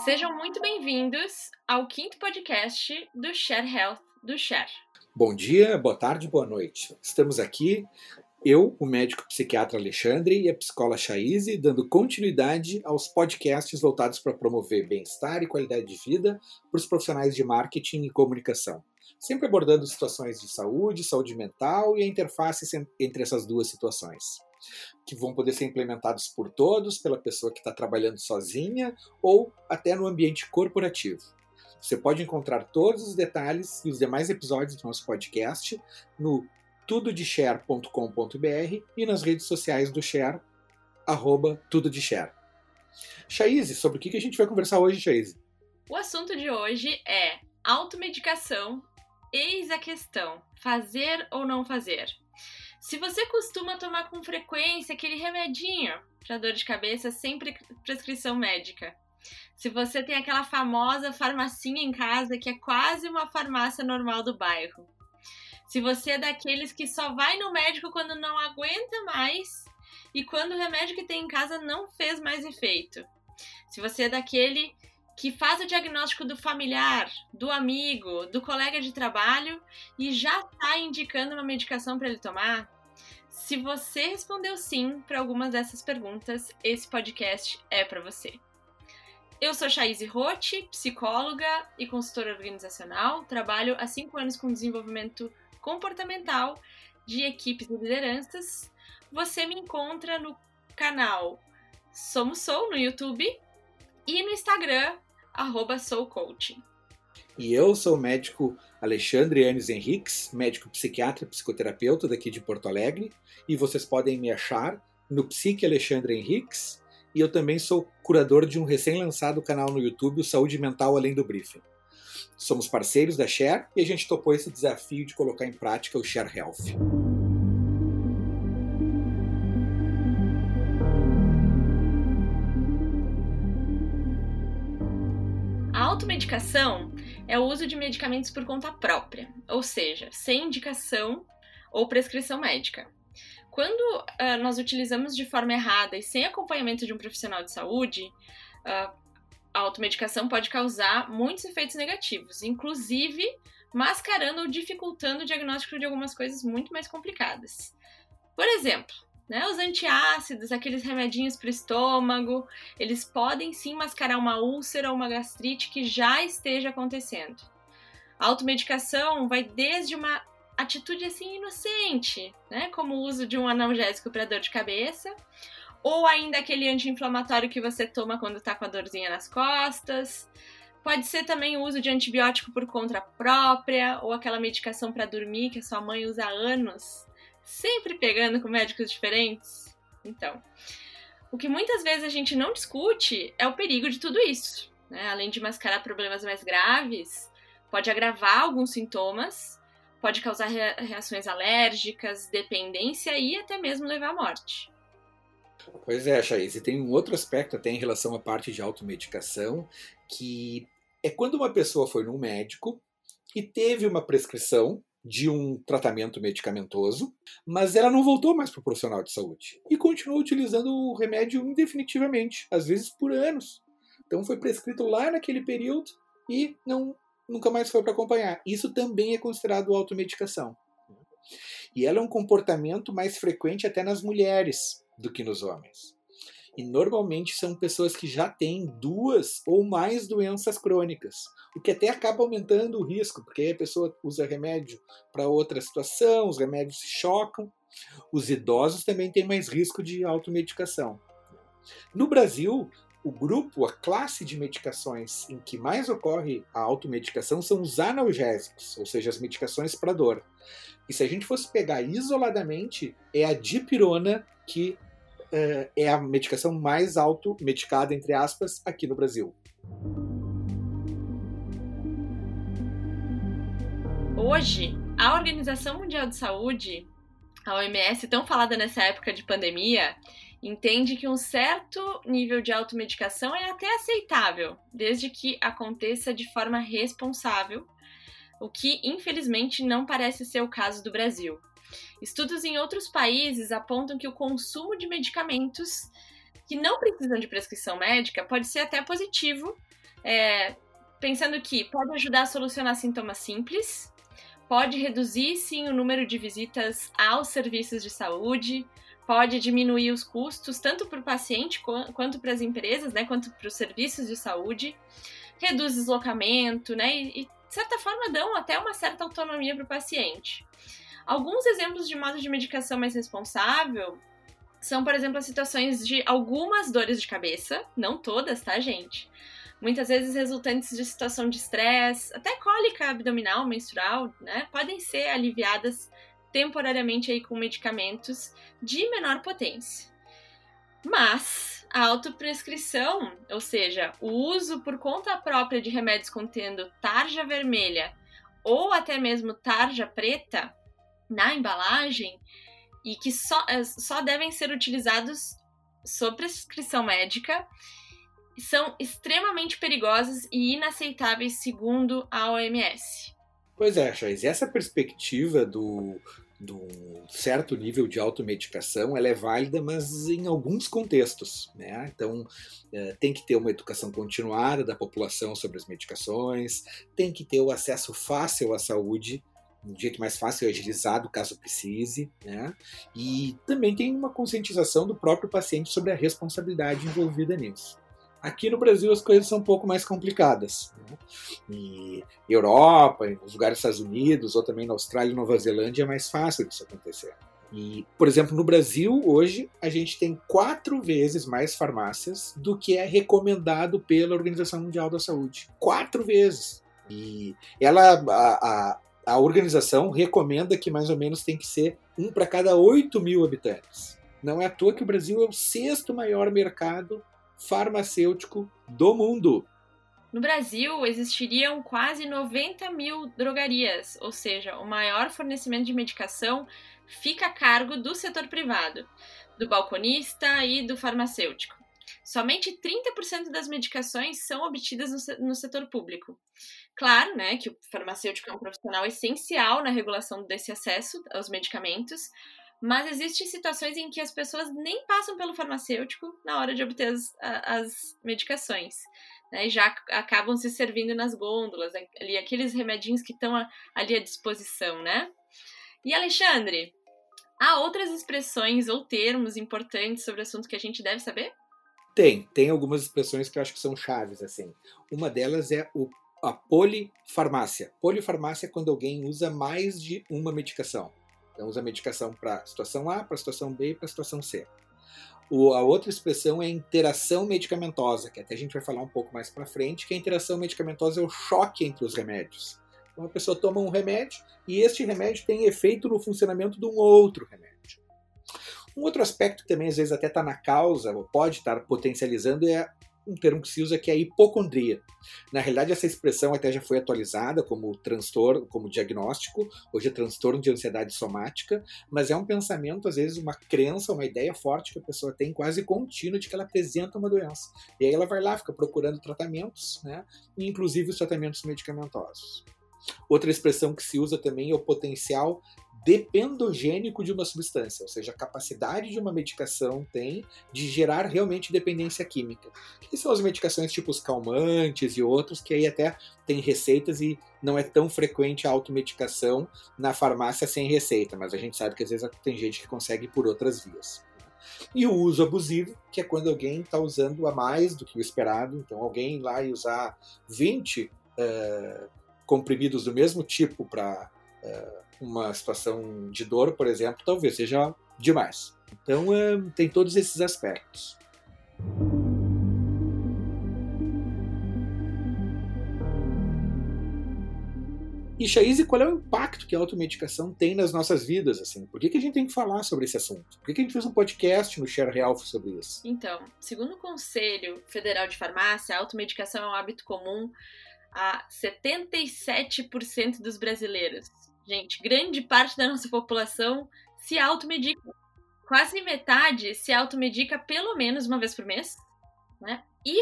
Sejam muito bem-vindos ao quinto podcast do Share Health do Share. Bom dia, boa tarde, boa noite. Estamos aqui, eu, o médico psiquiatra Alexandre e a psicóloga Chaise, dando continuidade aos podcasts voltados para promover bem-estar e qualidade de vida para os profissionais de marketing e comunicação. Sempre abordando situações de saúde mental e a interface entre essas duas situações, que vão poder ser implementados por todos, pela pessoa que está trabalhando sozinha ou até no ambiente corporativo. Você pode encontrar todos os detalhes e os demais episódios do nosso podcast no tudodeshare.com.br e nas redes sociais do Share, @tudodeshare. Chaise, sobre o que a gente vai conversar hoje, Chaise? O assunto de hoje é automedicação, eis a questão, fazer ou não fazer. Se você costuma tomar com frequência aquele remedinho para dor de cabeça sem prescrição médica, se você tem aquela famosa farmacinha em casa que é quase uma farmácia normal do bairro, se você é daqueles que só vai no médico quando não aguenta mais e quando o remédio que tem em casa não fez mais efeito, se você é daquele que faz o diagnóstico do familiar, do amigo, do colega de trabalho e já está indicando uma medicação para ele tomar, se você respondeu sim para algumas dessas perguntas, esse podcast é para você. Eu sou Chaise Rotti, psicóloga e consultora organizacional, trabalho há 5 anos com desenvolvimento comportamental de equipes e lideranças. Você me encontra no canal Somos Sou no YouTube e no Instagram, @soucoaching. E eu sou o médico Alexandre Yanes Henriques, médico psiquiatra e psicoterapeuta daqui de Porto Alegre, e vocês podem me achar no Psique Alexandre Henriques, e eu também sou curador de um recém-lançado canal no YouTube, o Saúde Mental Além do Briefing. Somos parceiros da Share e a gente topou esse desafio de colocar em prática o Share Health. A automedicação é o uso de medicamentos por conta própria, ou seja, sem indicação ou prescrição médica. Quando nós utilizamos de forma errada e sem acompanhamento de um profissional de saúde, a automedicação pode causar muitos efeitos negativos, inclusive mascarando ou dificultando o diagnóstico de algumas coisas muito mais complicadas. Por exemplo, os antiácidos, aqueles remedinhos para o estômago, eles podem sim mascarar uma úlcera ou uma gastrite que já esteja acontecendo. A automedicação vai desde uma atitude assim inocente, como o uso de um analgésico para dor de cabeça, ou ainda aquele anti-inflamatório que você toma quando está com a dorzinha nas costas. Pode ser também o uso de antibiótico por conta própria, ou aquela medicação para dormir que a sua mãe usa há anos, sempre pegando com médicos diferentes. Então, o que muitas vezes a gente não discute é o perigo de tudo isso. Além de mascarar problemas mais graves, pode agravar alguns sintomas, pode causar reações alérgicas, dependência e até mesmo levar à morte. Pois é, Chaise, tem um outro aspecto até em relação à parte de automedicação, que é quando uma pessoa foi num médico e teve uma prescrição de um tratamento medicamentoso, mas ela não voltou mais para o profissional de saúde e continuou utilizando o remédio indefinitivamente, às vezes por anos. Então foi prescrito lá naquele período e nunca mais foi para acompanhar. Isso também é considerado automedicação. E ela é um comportamento mais frequente até nas mulheres do que nos homens. E normalmente são pessoas que já têm 2 ou mais doenças crônicas, o que até acaba aumentando o risco, porque aí a pessoa usa remédio para outra situação, os remédios se chocam. Os idosos também têm mais risco de automedicação. No Brasil, a classe de medicações em que mais ocorre a automedicação são os analgésicos, ou seja, as medicações para dor. E se a gente fosse pegar isoladamente, é a dipirona que é a medicação mais automedicada, entre aspas, aqui no Brasil. Hoje, a Organização Mundial de Saúde, a OMS, tão falada nessa época de pandemia, entende que um certo nível de automedicação é até aceitável, desde que aconteça de forma responsável, o que, infelizmente, não parece ser o caso do Brasil. Estudos em outros países apontam que o consumo de medicamentos que não precisam de prescrição médica pode ser até positivo Pensando que pode ajudar a solucionar sintomas simples, pode reduzir, sim, o número de visitas aos serviços de saúde, pode diminuir os custos, tanto para o paciente quanto para as empresas, né, quanto para os serviços de saúde, reduz deslocamento, né, e de certa forma dão até uma certa autonomia para o paciente. Alguns exemplos de modo de medicação mais responsável são, por exemplo, as situações de algumas dores de cabeça, não todas, tá, gente? Muitas vezes resultantes de situação de estresse, até cólica abdominal, menstrual, né, podem ser aliviadas temporariamente aí com medicamentos de menor potência. Mas a autoprescrição, ou seja, o uso por conta própria de remédios contendo tarja vermelha ou até mesmo tarja preta na embalagem, e que só devem ser utilizados sob prescrição médica, são extremamente perigosos e inaceitáveis segundo a OMS. Pois é, Chais, essa perspectiva do certo nível de automedicação, ela é válida, mas em alguns contextos, né? Então, tem que ter uma educação continuada da população sobre as medicações, tem que ter o acesso fácil à saúde, um jeito mais fácil e agilizado, caso precise, né? E também tem uma conscientização do próprio paciente sobre a responsabilidade envolvida nisso. Aqui no Brasil as coisas são um pouco mais complicadas, né? E Europa, nos lugares dos Estados Unidos, ou também na Austrália e Nova Zelândia é mais fácil disso acontecer. E, por exemplo, no Brasil, hoje, a gente tem 4 vezes mais farmácias do que é recomendado pela Organização Mundial da Saúde. 4 vezes! E a organização recomenda que mais ou menos tem que ser 1 para cada 8 mil habitantes. Não é à toa que o Brasil é o 6º maior mercado farmacêutico do mundo. No Brasil, existiriam quase 90 mil drogarias, ou seja, o maior fornecimento de medicação fica a cargo do setor privado, do balconista e do farmacêutico. Somente 30% das medicações são obtidas no setor público. Claro, né, que o farmacêutico é um profissional essencial na regulação desse acesso aos medicamentos, mas existem situações em que as pessoas nem passam pelo farmacêutico na hora de obter as medicações, né, e já acabam se servindo nas gôndolas, ali, aqueles remedinhos que estão ali à disposição, né? E, Alexandre, há outras expressões ou termos importantes sobre o assunto que a gente deve saber? Tem algumas expressões que eu acho que são chaves, assim. Uma delas é a polifarmácia. Polifarmácia é quando alguém usa mais de uma medicação. Então, usa medicação para a situação A, para a situação B e para a situação C. A outra expressão é interação medicamentosa, que até a gente vai falar um pouco mais para frente, que a interação medicamentosa é o choque entre os remédios. Então, a pessoa toma um remédio e este remédio tem efeito no funcionamento de um outro remédio. Um outro aspecto que também às vezes até está na causa, ou pode estar potencializando, é um termo que se usa que é a hipocondria. Na realidade, essa expressão até já foi atualizada como transtorno, como diagnóstico, hoje é transtorno de ansiedade somática, mas é um pensamento, às vezes, uma crença, uma ideia forte que a pessoa tem quase contínua de que ela apresenta uma doença. E aí ela vai lá, fica procurando tratamentos, né, inclusive os tratamentos medicamentosos. Outra expressão que se usa também é o potencial dependogênico de uma substância, ou seja, a capacidade de uma medicação tem de gerar realmente dependência química. Que são as medicações tipo os calmantes e outros, que aí até tem receitas e não é tão frequente a automedicação na farmácia sem receita, mas a gente sabe que às vezes tem gente que consegue por outras vias. E o uso abusivo, que é quando alguém está usando a mais do que o esperado, então alguém ir lá e usar 20 comprimidos do mesmo tipo para uma situação de dor, por exemplo, talvez seja demais. Então, tem todos esses aspectos. E, Chaise, qual é o impacto que a automedicação tem nas nossas vidas? Assim? Por que a gente tem que falar sobre esse assunto? Por que a gente fez um podcast no Share Health sobre isso? Então, segundo o Conselho Federal de Farmácia, a automedicação é um hábito comum a 77% dos brasileiros. Gente, grande parte da nossa população se automedica. Quase metade se automedica pelo menos uma vez por mês, né? E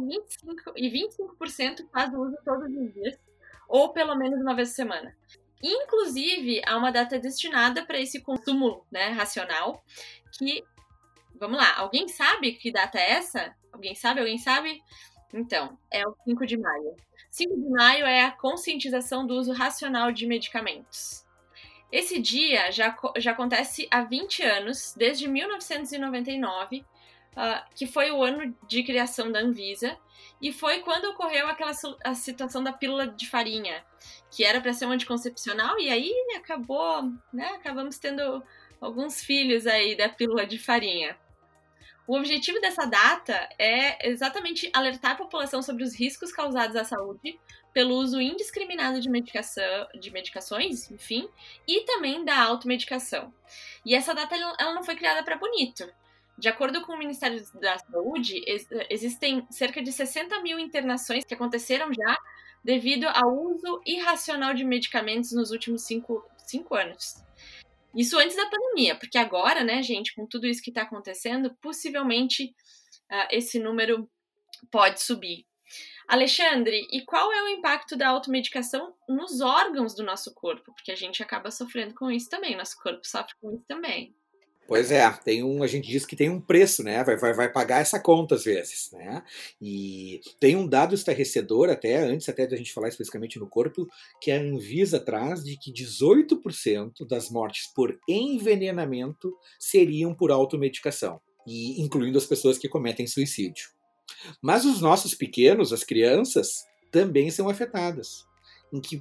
25% faz uso todos os dias, ou pelo menos uma vez por semana. Inclusive, há uma data destinada para esse consumo, né, racional, que... Vamos lá, alguém sabe que data é essa? Alguém sabe? Então, é o 5 de maio. 5 de maio é a conscientização do uso racional de medicamentos. Esse dia já acontece há 20 anos, desde 1999, que foi o ano de criação da Anvisa, e foi quando ocorreu a situação da pílula de farinha, que era para ser um anticoncepcional, e aí acabou, né, acabamos tendo alguns filhos aí da pílula de farinha. O objetivo dessa data é exatamente alertar a população sobre os riscos causados à saúde pelo uso indiscriminado de medicações, enfim, e também da automedicação. E essa data ela não foi criada para bonito. De acordo com o Ministério da Saúde, existem cerca de 60 mil internações que aconteceram já devido ao uso irracional de medicamentos nos últimos 5 anos. Isso antes da pandemia, porque agora, né, gente, com tudo isso que está acontecendo, possivelmente esse número pode subir. Alexandre, e qual é o impacto da automedicação nos órgãos do nosso corpo? Porque a gente acaba sofrendo com isso também, nosso corpo sofre com isso também. Pois é, a gente diz que tem um preço, né? Vai pagar essa conta às vezes, né? E tem um dado estarrecedor, antes da gente falar especificamente no corpo, que a Anvisa traz de que 18% das mortes por envenenamento seriam por automedicação, e incluindo as pessoas que cometem suicídio. Mas os nossos pequenos, as crianças, também são afetadas, em que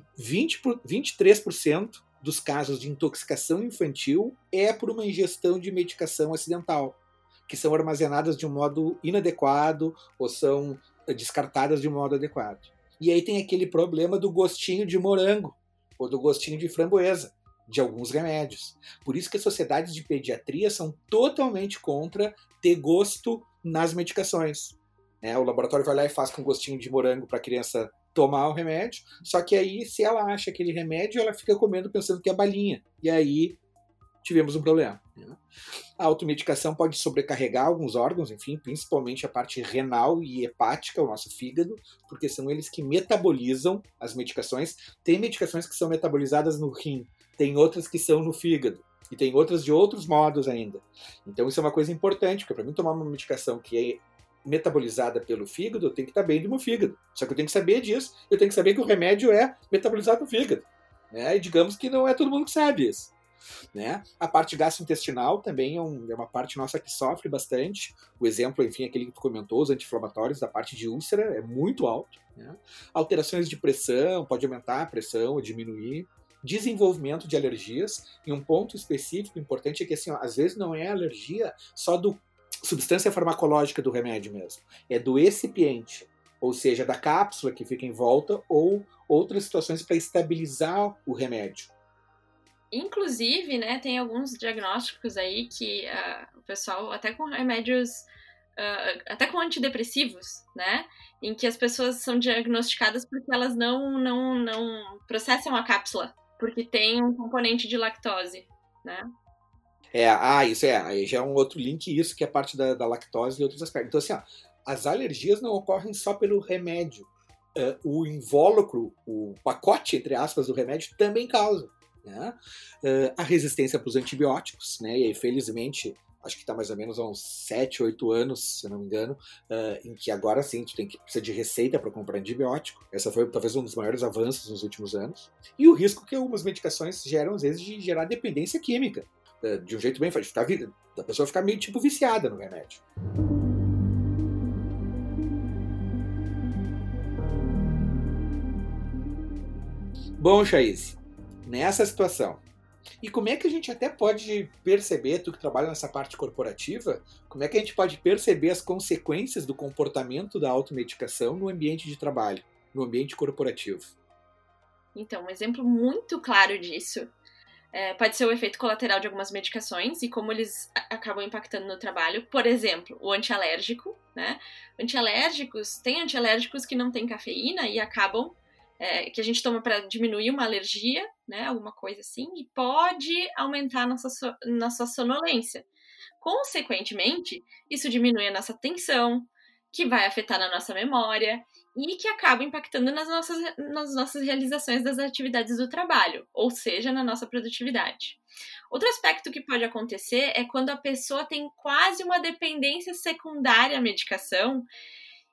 23% dos casos de intoxicação infantil é por uma ingestão de medicação acidental, que são armazenadas de um modo inadequado ou são descartadas de um modo adequado. E aí tem aquele problema do gostinho de morango ou do gostinho de framboesa de alguns remédios. Por isso que as sociedades de pediatria são totalmente contra ter gosto nas medicações. O laboratório vai lá e faz com gostinho de morango para a criança tomar o remédio, só que aí, se ela acha aquele remédio, ela fica comendo pensando que é balinha. E aí tivemos um problema. A automedicação pode sobrecarregar alguns órgãos, enfim, principalmente a parte renal e hepática, o nosso fígado, porque são eles que metabolizam as medicações. Tem medicações que são metabolizadas no rim, tem outras que são no fígado, e tem outras de outros modos ainda. Então isso é uma coisa importante, porque para mim tomar uma medicação que é metabolizada pelo fígado, eu tenho que estar bem do meu fígado. Só que eu tenho que saber disso, eu tenho que saber que o remédio é metabolizado no fígado. E digamos que não é todo mundo que sabe isso. A parte gastrointestinal também é uma parte nossa que sofre bastante. O exemplo, enfim, aquele que tu comentou, os anti-inflamatórios da parte de úlcera é muito alto. Alterações de pressão, pode aumentar a pressão ou diminuir. Desenvolvimento de alergias. E um ponto específico importante é que, assim, às vezes não é alergia só do substância farmacológica do remédio mesmo. É do recipiente, ou seja, da cápsula que fica em volta ou outras situações para estabilizar o remédio. Inclusive, né, tem alguns diagnósticos aí que o pessoal, até com remédios, até com antidepressivos, né, em que as pessoas são diagnosticadas porque elas não processam a cápsula, porque tem um componente de lactose, né. Isso aí já é um outro link, isso que é parte da lactose e outros aspectos. Então, assim, as alergias não ocorrem só pelo remédio. O invólucro, o pacote, entre aspas, do remédio também causa. A resistência para os antibióticos, né? E aí, felizmente, acho que está mais ou menos há uns 7, 8 anos, se não me engano, em que agora sim, tu precisa de receita para comprar antibiótico. Essa foi talvez um dos maiores avanços nos últimos anos. E o risco que algumas medicações geram, às vezes, de gerar dependência química. De um jeito bem fácil, da pessoa ficar meio tipo viciada no remédio. Bom, Chaise, nessa situação, e como é que a gente até pode perceber, tu que trabalha nessa parte corporativa, como é que a gente pode perceber as consequências do comportamento da automedicação no ambiente de trabalho, no ambiente corporativo? Então, um exemplo muito claro disso pode ser o efeito colateral de algumas medicações e como eles acabam impactando no trabalho. Por exemplo, o antialérgico, né? Tem antialérgicos que não têm cafeína e acabam, que a gente toma para diminuir uma alergia, né? Alguma coisa assim, e pode aumentar a nossa sonolência. Consequentemente, isso diminui a nossa atenção, que vai afetar na nossa memória e que acaba impactando nas nossas realizações das atividades do trabalho, ou seja, na nossa produtividade. Outro aspecto que pode acontecer é quando a pessoa tem quase uma dependência secundária à medicação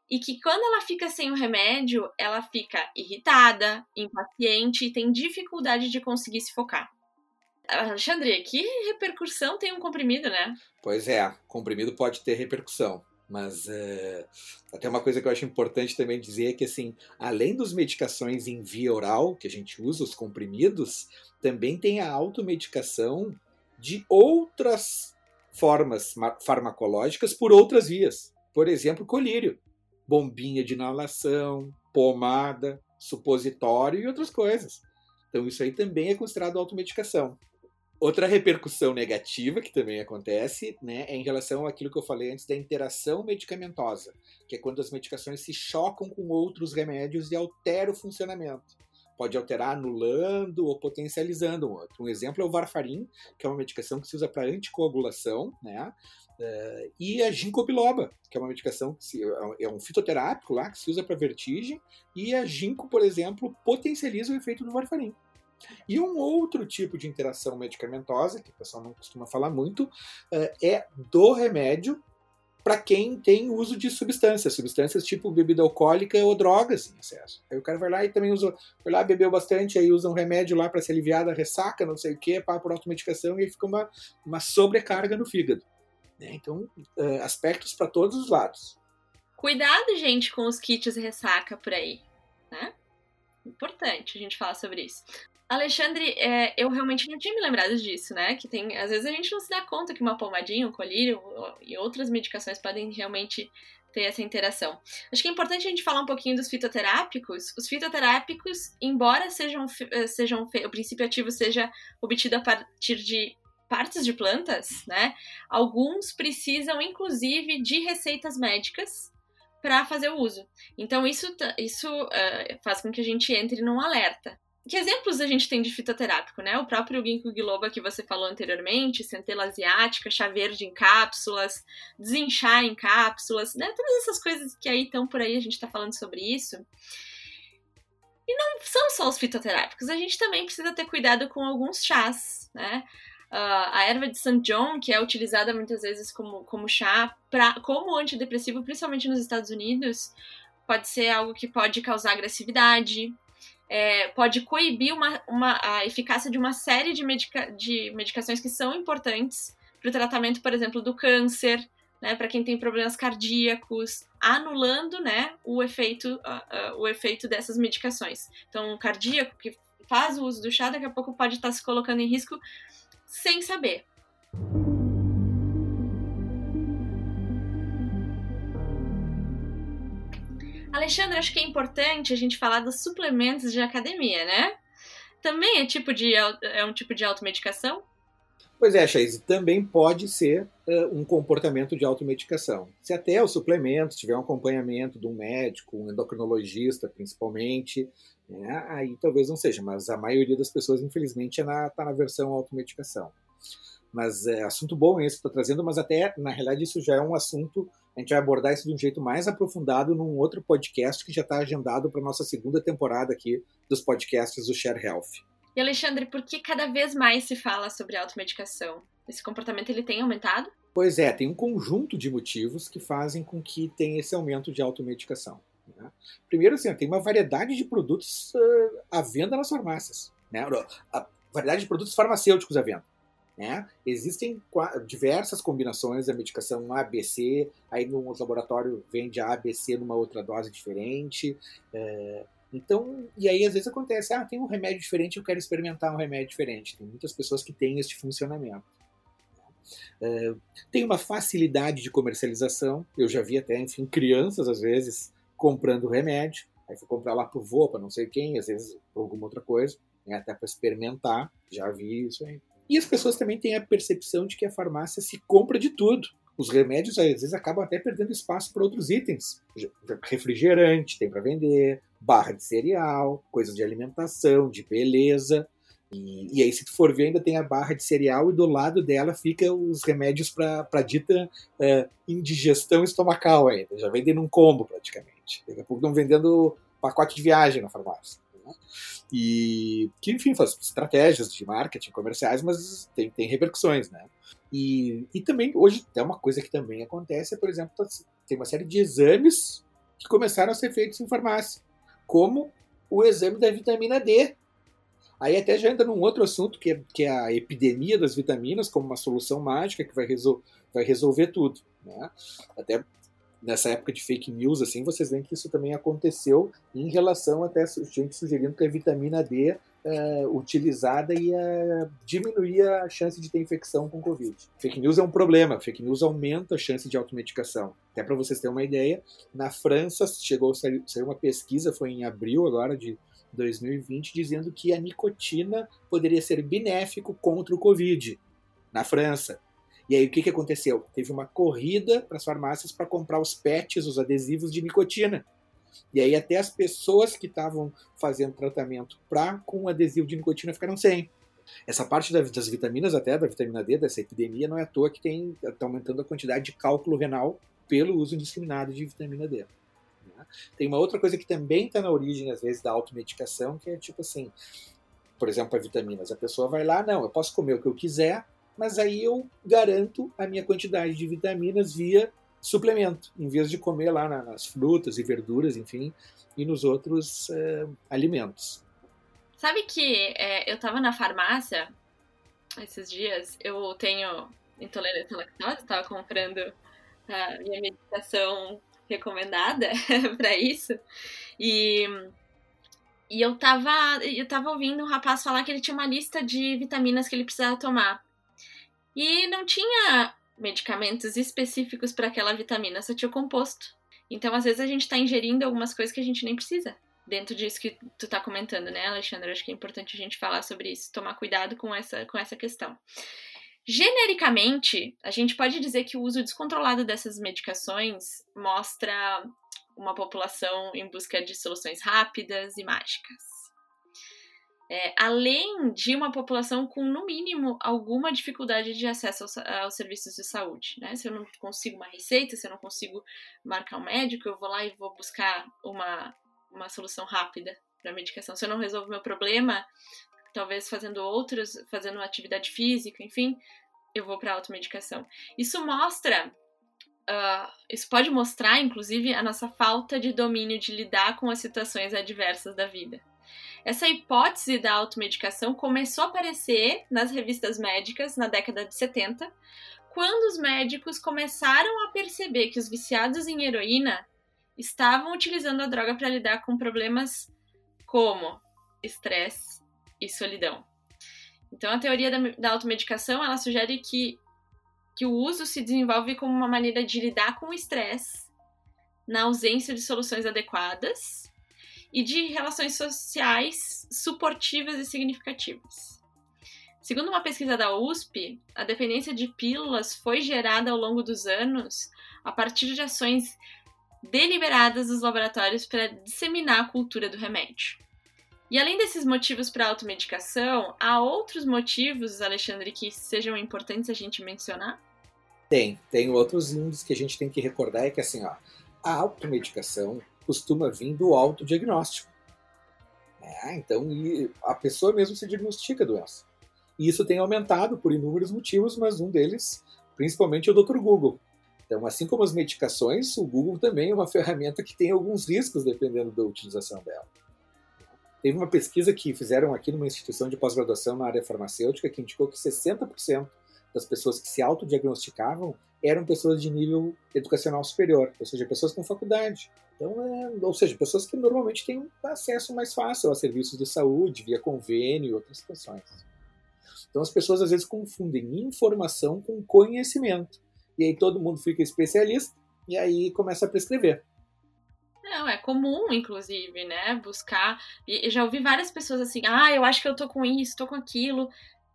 e que quando ela fica sem o remédio, ela fica irritada, impaciente e tem dificuldade de conseguir se focar. Alexandre, que repercussão tem um comprimido, né? Pois é, comprimido pode ter repercussão. Mas até uma coisa que eu acho importante também dizer é que, assim, além das medicações em via oral, que a gente usa, os comprimidos, também tem a automedicação de outras formas farmacológicas por outras vias. Por exemplo, colírio, bombinha de inalação, pomada, supositório e outras coisas. Então isso aí também é considerado automedicação. Outra repercussão negativa que também acontece, né, é em relação àquilo que eu falei antes da interação medicamentosa, que é quando as medicações se chocam com outros remédios e altera o funcionamento. Pode alterar anulando ou potencializando um outro. Um exemplo é o Varfarin, que é uma medicação que se usa para anticoagulação, né, e a ginkgo biloba, que é uma medicação que é um fitoterápico lá que se usa para vertigem, e a ginkgo, por exemplo, potencializa o efeito do Varfarin. E um outro tipo de interação medicamentosa, que o pessoal não costuma falar muito, é do remédio para quem tem uso de substâncias tipo bebida alcoólica ou drogas em excesso. Aí o cara vai lá e também vai lá, bebeu bastante, aí usa um remédio lá para se aliviar da ressaca, não sei o quê, por automedicação, e aí fica uma sobrecarga no fígado. Né? Então, aspectos para todos os lados. Cuidado, gente, com os kits ressaca por aí, né? Importante a gente falar sobre isso. Alexandre, eu realmente não tinha me lembrado disso, né? Que às vezes a gente não se dá conta que uma pomadinha, um colírio e outras medicações podem realmente ter essa interação. Acho que é importante a gente falar um pouquinho dos fitoterápicos. Os fitoterápicos, embora o princípio ativo seja obtido a partir de partes de plantas, né? Alguns precisam, inclusive, de receitas médicas para fazer o uso. Então, isso faz com que a gente entre num alerta. Que exemplos a gente tem de fitoterápico, né? O próprio ginkgo biloba que você falou anteriormente, centela asiática, chá verde em cápsulas, desinchar em cápsulas, né? Todas essas coisas que aí estão por aí, a gente tá falando sobre isso. E não são só os fitoterápicos, a gente também precisa ter cuidado com alguns chás, né? A erva de St. John, que é utilizada muitas vezes como chá, como antidepressivo, principalmente nos Estados Unidos, pode ser algo que pode causar agressividade, pode coibir a eficácia de uma série de medicações que são importantes para o tratamento, por exemplo, do câncer, né, para quem tem problemas cardíacos, anulando, né, o efeito dessas medicações. Então, um cardíaco que faz o uso do chá, daqui a pouco pode estar se colocando em risco sem saber. Alexandre, acho que é importante a gente falar dos suplementos de academia, né? Também é um tipo de automedicação? Pois é, Chaise, também pode ser um comportamento de automedicação. Se até o suplemento tiver um acompanhamento de um médico, um endocrinologista principalmente, né, aí talvez não seja, mas a maioria das pessoas, infelizmente, está na versão automedicação. Mas é assunto bom esse que estou trazendo, mas até, na realidade, isso já é um assunto, a gente vai abordar isso de um jeito mais aprofundado num outro podcast que já está agendado para a nossa segunda temporada aqui dos podcasts do Share Health. E Alexandre, por que cada vez mais se fala sobre automedicação? Esse comportamento ele tem aumentado? Pois é, tem um conjunto de motivos que fazem com que tenha esse aumento de automedicação. Né? Primeiro, assim, tem uma variedade de produtos à venda nas farmácias. Né? A variedade de produtos farmacêuticos à venda. Né? Existem diversas combinações da medicação A, B, C, aí no laboratório vende a B, C numa outra dose diferente. Então, e aí às vezes acontece, tem um remédio diferente, eu quero experimentar um remédio diferente. Tem muitas pessoas que têm este funcionamento. Tem uma facilidade de comercialização, eu já vi até, enfim, crianças às vezes comprando remédio, aí fui comprar lá pro vô, para não sei quem, às vezes por alguma outra coisa, né, até para experimentar, já vi isso aí. E as pessoas também têm a percepção de que a farmácia se compra de tudo. Os remédios, às vezes, acabam até perdendo espaço para outros itens. Refrigerante tem para vender, barra de cereal, coisas de alimentação, de beleza. E aí, se tu for ver, ainda tem a barra de cereal e do lado dela fica os remédios para dita indigestão estomacal ainda. Já vendem num combo, praticamente. Daqui a pouco estão vendendo pacote de viagem na farmácia. Né? E que, enfim, faz estratégias de marketing comerciais, mas tem repercussões, né? E também, hoje, tem uma coisa que também acontece, por exemplo, tem uma série de exames que começaram a ser feitos em farmácia, como o exame da vitamina D. Aí até já entra num outro assunto, que é a epidemia das vitaminas, como uma solução mágica que vai resolver tudo, né? Até nessa época de fake news, assim, vocês veem que isso também aconteceu em relação até gente sugerindo que a vitamina D utilizada ia diminuir a chance de ter infecção com Covid. Fake news é um problema, fake news aumenta a chance de automedicação. Até para vocês terem uma ideia, na França chegou a sair uma pesquisa, foi em abril agora de 2020, dizendo que a nicotina poderia ser benéfico contra o Covid, na França. E aí o que aconteceu? Teve uma corrida para as farmácias para comprar os patches, os adesivos de nicotina. E aí até as pessoas que estavam fazendo tratamento com adesivo de nicotina ficaram sem. Essa parte das vitaminas, até da vitamina D, dessa epidemia, não é à toa que está aumentando a quantidade de cálculo renal pelo uso indiscriminado de vitamina D. Tem uma outra coisa que também está na origem, às vezes, da automedicação, que é tipo assim, por exemplo, as vitaminas. A pessoa vai lá, não, eu posso comer o que eu quiser, mas aí eu garanto a minha quantidade de vitaminas via suplemento, em vez de comer lá nas frutas e verduras, enfim, e nos outros alimentos. Sabe que eu tava na farmácia esses dias, eu tenho intolerância à lactose, tava comprando a minha medicação recomendada para isso, e eu tava ouvindo um rapaz falar que ele tinha uma lista de vitaminas que ele precisava tomar. E não tinha medicamentos específicos para aquela vitamina, só tinha o composto. Então, às vezes, a gente tá ingerindo algumas coisas que a gente nem precisa. Dentro disso que tu tá comentando, né, Alexandre? Acho que é importante a gente falar sobre isso, tomar cuidado com essa questão. Genericamente, a gente pode dizer que o uso descontrolado dessas medicações mostra uma população em busca de soluções rápidas e mágicas. Além de uma população com, no mínimo, alguma dificuldade de acesso aos serviços de saúde, né? Se eu não consigo uma receita, se eu não consigo marcar um médico, eu vou lá e vou buscar uma solução rápida para a medicação. Se eu não resolvo meu problema, talvez fazendo uma atividade física, enfim, eu vou para a automedicação. Isso pode mostrar, inclusive, a nossa falta de domínio de lidar com as situações adversas da vida. Essa hipótese da automedicação começou a aparecer nas revistas médicas na década de 70, quando os médicos começaram a perceber que os viciados em heroína estavam utilizando a droga para lidar com problemas como estresse e solidão. Então, a teoria da automedicação, ela sugere que o uso se desenvolve como uma maneira de lidar com o estresse, na ausência de soluções adequadas, e de relações sociais suportivas e significativas. Segundo uma pesquisa da USP, a dependência de pílulas foi gerada ao longo dos anos a partir de ações deliberadas dos laboratórios para disseminar a cultura do remédio. E além desses motivos para a automedicação, há outros motivos, Alexandre, que sejam importantes a gente mencionar? Tem outros índices que a gente tem que recordar, é que assim, a automedicação costuma vir do autodiagnóstico. Então, a pessoa mesmo se diagnostica a doença. E isso tem aumentado por inúmeros motivos, mas um deles, principalmente, é o Dr. Google. Então, assim como as medicações, o Google também é uma ferramenta que tem alguns riscos dependendo da utilização dela. Teve uma pesquisa que fizeram aqui numa instituição de pós-graduação na área farmacêutica que indicou que 60% das pessoas que se autodiagnosticavam eram pessoas de nível educacional superior, ou seja, pessoas com faculdade. Então, ou seja, pessoas que normalmente têm acesso mais fácil a serviços de saúde, via convênio e outras situações. Então, as pessoas às vezes confundem informação com conhecimento. E aí todo mundo fica especialista e aí começa a prescrever. Não, é comum, inclusive, né, buscar... E já ouvi várias pessoas assim, eu acho que eu tô com isso, tô com aquilo.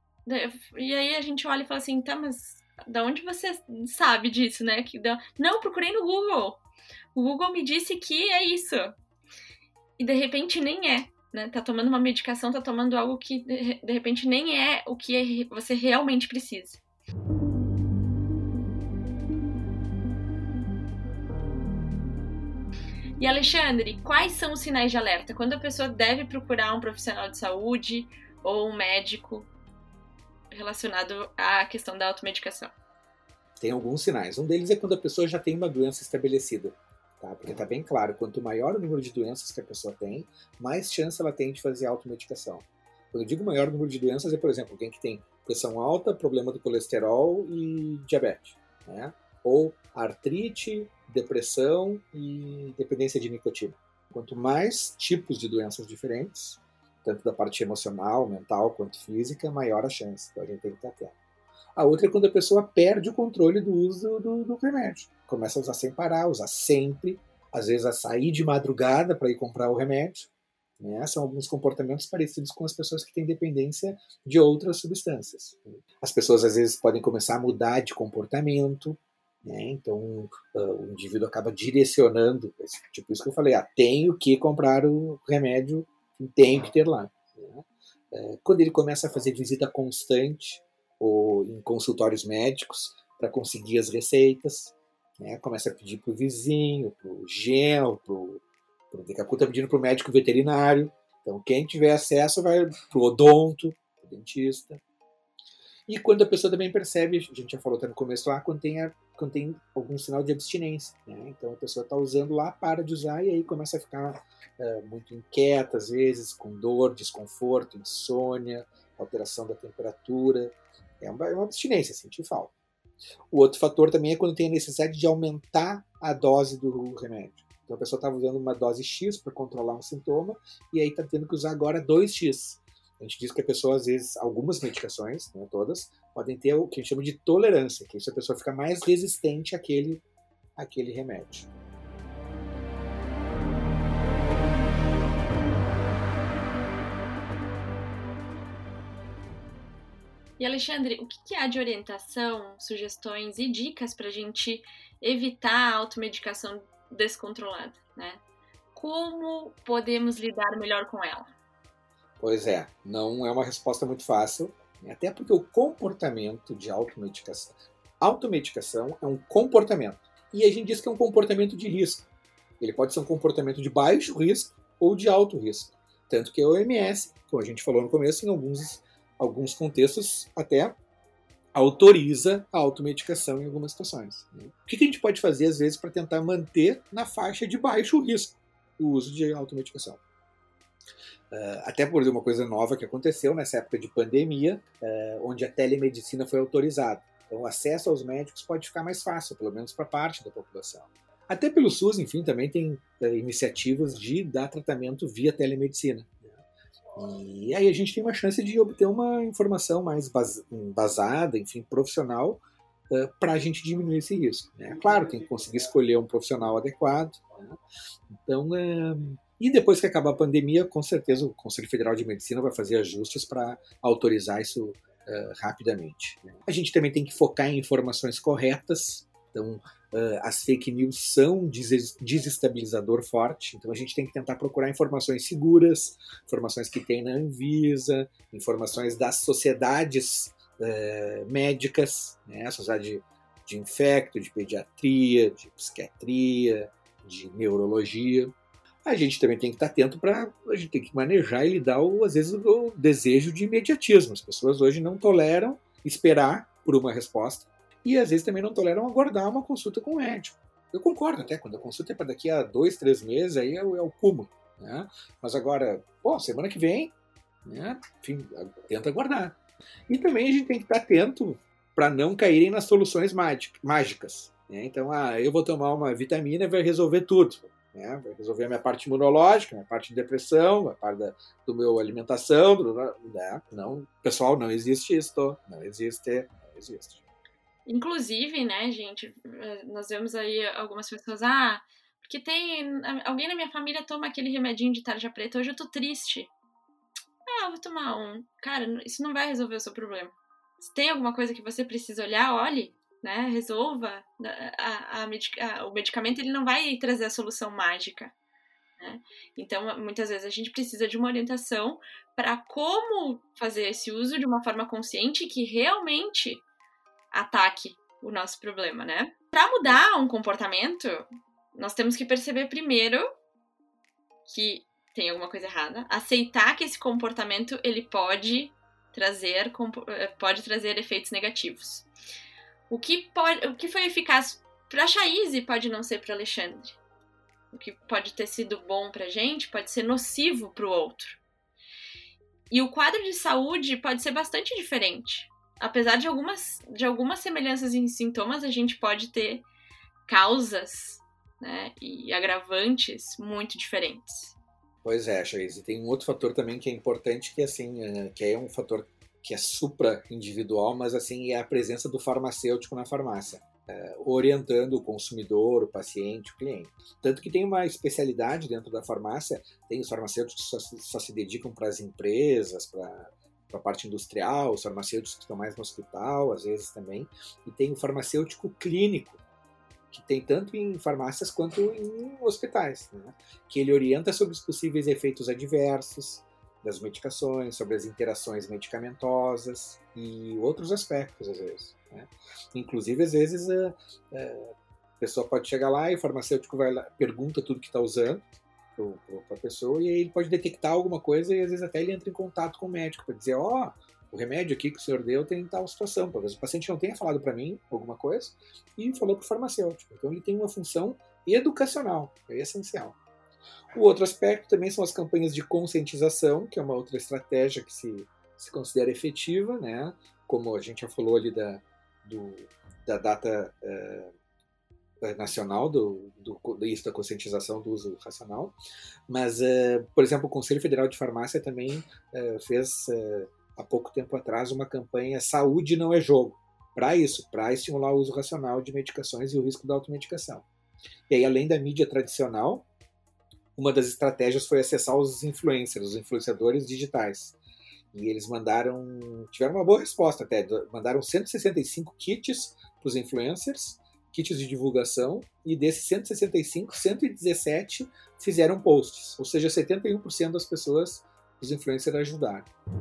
E aí a gente olha e fala assim, tá, mas da onde você sabe disso, né? Não, procurei no Google. O Google me disse que é isso. E de repente nem é, né? Tá tomando uma medicação, tá tomando algo que de repente nem é o que você realmente precisa. E Alexandre, quais são os sinais de alerta? Quando a pessoa deve procurar um profissional de saúde ou um médico relacionado à questão da automedicação? Tem alguns sinais. Um deles é quando a pessoa já tem uma doença estabelecida. tá? Porque está bem claro, quanto maior o número de doenças que a pessoa tem, mais chance ela tem de fazer automedicação. Quando eu digo maior número de doenças, é, por exemplo, alguém que tem pressão alta, problema do colesterol e diabetes, né? Ou artrite, depressão e dependência de nicotina. Quanto mais tipos de doenças diferentes, tanto da parte emocional, mental, quanto física, maior a chance. Então a gente tem que estar atento. A outra é quando a pessoa perde o controle do uso do remédio. Começa a usar sem parar, usar sempre, às vezes a sair de madrugada para ir comprar o remédio. Né? São alguns comportamentos parecidos com as pessoas que têm dependência de outras substâncias. As pessoas às vezes podem começar a mudar de comportamento, né? Então o indivíduo acaba direcionando, tipo isso que eu falei, tenho que comprar o remédio, tenho que ter lá. Né? Quando ele começa a fazer visita constante ou em consultórios médicos para conseguir as receitas, né? Começa a pedir para o vizinho, para o genro, daqui a pouco está pedindo para o médico veterinário. Então, quem tiver acesso vai para o odonto, para o dentista. E quando a pessoa também percebe, a gente já falou até no começo lá, quando tem algum sinal de abstinência. Né? Então, a pessoa está usando lá, para de usar e aí começa a ficar muito inquieta, às vezes, com dor, desconforto, insônia, alteração da temperatura. É uma abstinência, sentir falta. O outro fator também é quando tem a necessidade de aumentar a dose do remédio. Então a pessoa estava usando uma dose X para controlar um sintoma e aí está tendo que usar agora 2X. A gente diz que a pessoa, às vezes, algumas medicações, não todas, podem ter o que a gente chama de tolerância, que isso a pessoa fica mais resistente àquele remédio. E Alexandre, o que há de orientação, sugestões e dicas para a gente evitar a automedicação descontrolada, né? Como podemos lidar melhor com ela? Pois é, não é uma resposta muito fácil, até porque o comportamento de automedicação é um comportamento. E a gente diz que é um comportamento de risco. Ele pode ser um comportamento de baixo risco ou de alto risco. Tanto que a OMS, como a gente falou no começo, em alguns contextos até autoriza a automedicação em algumas situações. O que a gente pode fazer, às vezes, para tentar manter na faixa de baixo risco o uso de automedicação? Até por uma coisa nova que aconteceu nessa época de pandemia, onde a telemedicina foi autorizada. Então, o acesso aos médicos pode ficar mais fácil, pelo menos para parte da população. Até pelo SUS, enfim, também tem iniciativas de dar tratamento via telemedicina. E aí a gente tem uma chance de obter uma informação mais embasada, enfim, profissional, para a gente diminuir esse risco. Né? Claro, tem que conseguir escolher um profissional adequado. Né? Então, e depois que acabar a pandemia, com certeza o Conselho Federal de Medicina vai fazer ajustes para autorizar isso rapidamente. Né? A gente também tem que focar em informações corretas. Então, as fake news são um desestabilizador forte, então a gente tem que tentar procurar informações seguras, informações que tem na Anvisa, informações das sociedades médicas, né? A sociedade de infecto, de pediatria, de psiquiatria, de neurologia. A gente também tem que estar atento a gente tem que manejar e lidar, às vezes, o desejo de imediatismo. As pessoas hoje não toleram esperar por uma resposta, e às vezes também não toleram aguardar uma consulta com o médico. Eu concordo até, quando a consulta é para daqui a 2, 3 meses, aí é o cúmulo. Né? Mas agora, semana que vem, né? Enfim, tenta aguardar. E também a gente tem que estar atento para não caírem nas soluções mágicas. Né? Então, eu vou tomar uma vitamina e vai resolver tudo. Né? Vai resolver a minha parte imunológica, a minha parte de depressão, a parte da meu alimentação. Não, pessoal, não existe isso. Não existe. Inclusive, né, gente, nós vemos aí algumas pessoas, porque alguém na minha família toma aquele remedinho de tarja preta, hoje eu tô triste. Eu vou tomar um. Cara, isso não vai resolver o seu problema. Se tem alguma coisa que você precisa olhar, olhe, né, resolva. O medicamento, ele não vai trazer a solução mágica. Né? Então, muitas vezes a gente precisa de uma orientação para como fazer esse uso de uma forma consciente que realmente ataque o nosso problema, né? Para mudar um comportamento, nós temos que perceber primeiro que tem alguma coisa errada, aceitar que esse comportamento ele pode trazer efeitos negativos. O que foi eficaz para a Chaise pode não ser para Alexandre, o que pode ter sido bom pra gente pode ser nocivo pro outro. E o quadro de saúde pode ser bastante diferente. Apesar de algumas semelhanças em sintomas, a gente pode ter causas, né, e agravantes muito diferentes. Pois é, Chase. E tem um outro fator também que é importante, que assim, que é um fator que é supra-individual, mas assim, é a presença do farmacêutico na farmácia, orientando o consumidor, o paciente, o cliente. Tanto que tem uma especialidade dentro da farmácia, tem os farmacêuticos que só se dedicam para as empresas, para a parte industrial, os farmacêuticos que estão mais no hospital, às vezes também, e tem o farmacêutico clínico, que tem tanto em farmácias quanto em hospitais, né? Que ele orienta sobre os possíveis efeitos adversos das medicações, sobre as interações medicamentosas e outros aspectos, às vezes, né? Inclusive, às vezes, a pessoa pode chegar lá e o farmacêutico vai lá, pergunta tudo que está usando para a pessoa, e aí ele pode detectar alguma coisa e às vezes até ele entra em contato com o médico para dizer, o remédio aqui que o senhor deu tem tal situação, talvez o paciente não tenha falado para mim alguma coisa e falou para o farmacêutico. Então ele tem uma função educacional, é essencial. O outro aspecto também são as campanhas de conscientização, que é uma outra estratégia que se considera efetiva, né? Como a gente já falou ali da data nacional isso da conscientização do uso racional, mas, por exemplo, o Conselho Federal de Farmácia também fez há pouco tempo atrás uma campanha Saúde Não é Jogo, para isso, para estimular o uso racional de medicações e o risco da automedicação. E aí, além da mídia tradicional, uma das estratégias foi acessar os influencers, os influenciadores digitais. E eles tiveram uma boa resposta até, mandaram 165 kits para os influencers, kits de divulgação, e desses 165, 117 fizeram posts, ou seja, 71% das pessoas, os influencers ajudaram.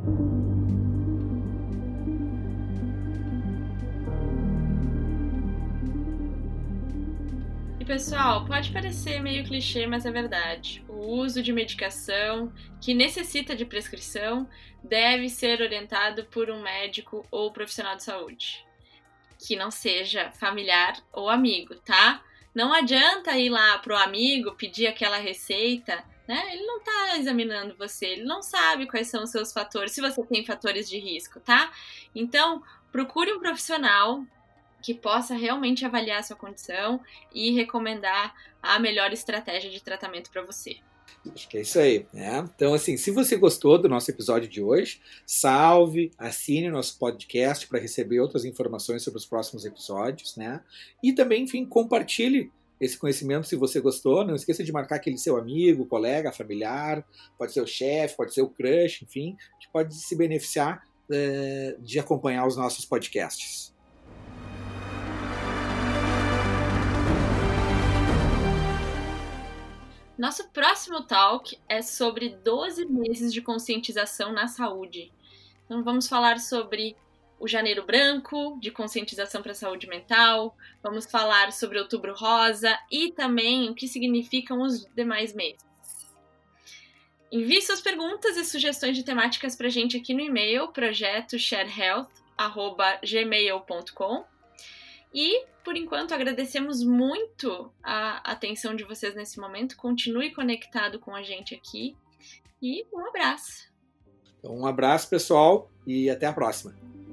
Pessoal, pode parecer meio clichê, mas é verdade. O uso de medicação que necessita de prescrição deve ser orientado por um médico ou profissional de saúde, que não seja familiar ou amigo, tá? Não adianta ir lá pro amigo pedir aquela receita, né? Ele não tá examinando você, ele não sabe quais são os seus fatores, se você tem fatores de risco, tá? Então, procure um profissional que possa realmente avaliar a sua condição e recomendar a melhor estratégia de tratamento para você. Acho que é isso aí, né? Então, assim, se você gostou do nosso episódio de hoje, salve, assine o nosso podcast para receber outras informações sobre os próximos episódios, né? E também, enfim, compartilhe esse conhecimento se você gostou. Não esqueça de marcar aquele seu amigo, colega, familiar, pode ser o chefe, pode ser o crush, enfim, que pode se beneficiar de acompanhar os nossos podcasts. Nosso próximo talk é sobre 12 meses de conscientização na saúde. Então vamos falar sobre o Janeiro Branco, de conscientização para a saúde mental, vamos falar sobre Outubro Rosa e também o que significam os demais meses. Envie suas perguntas e sugestões de temáticas para a gente aqui no e-mail, projeto sharehealth@gmail.com. E, por enquanto, agradecemos muito a atenção de vocês nesse momento. Continue conectado com a gente aqui. E um abraço. Então, um abraço, pessoal, e até a próxima.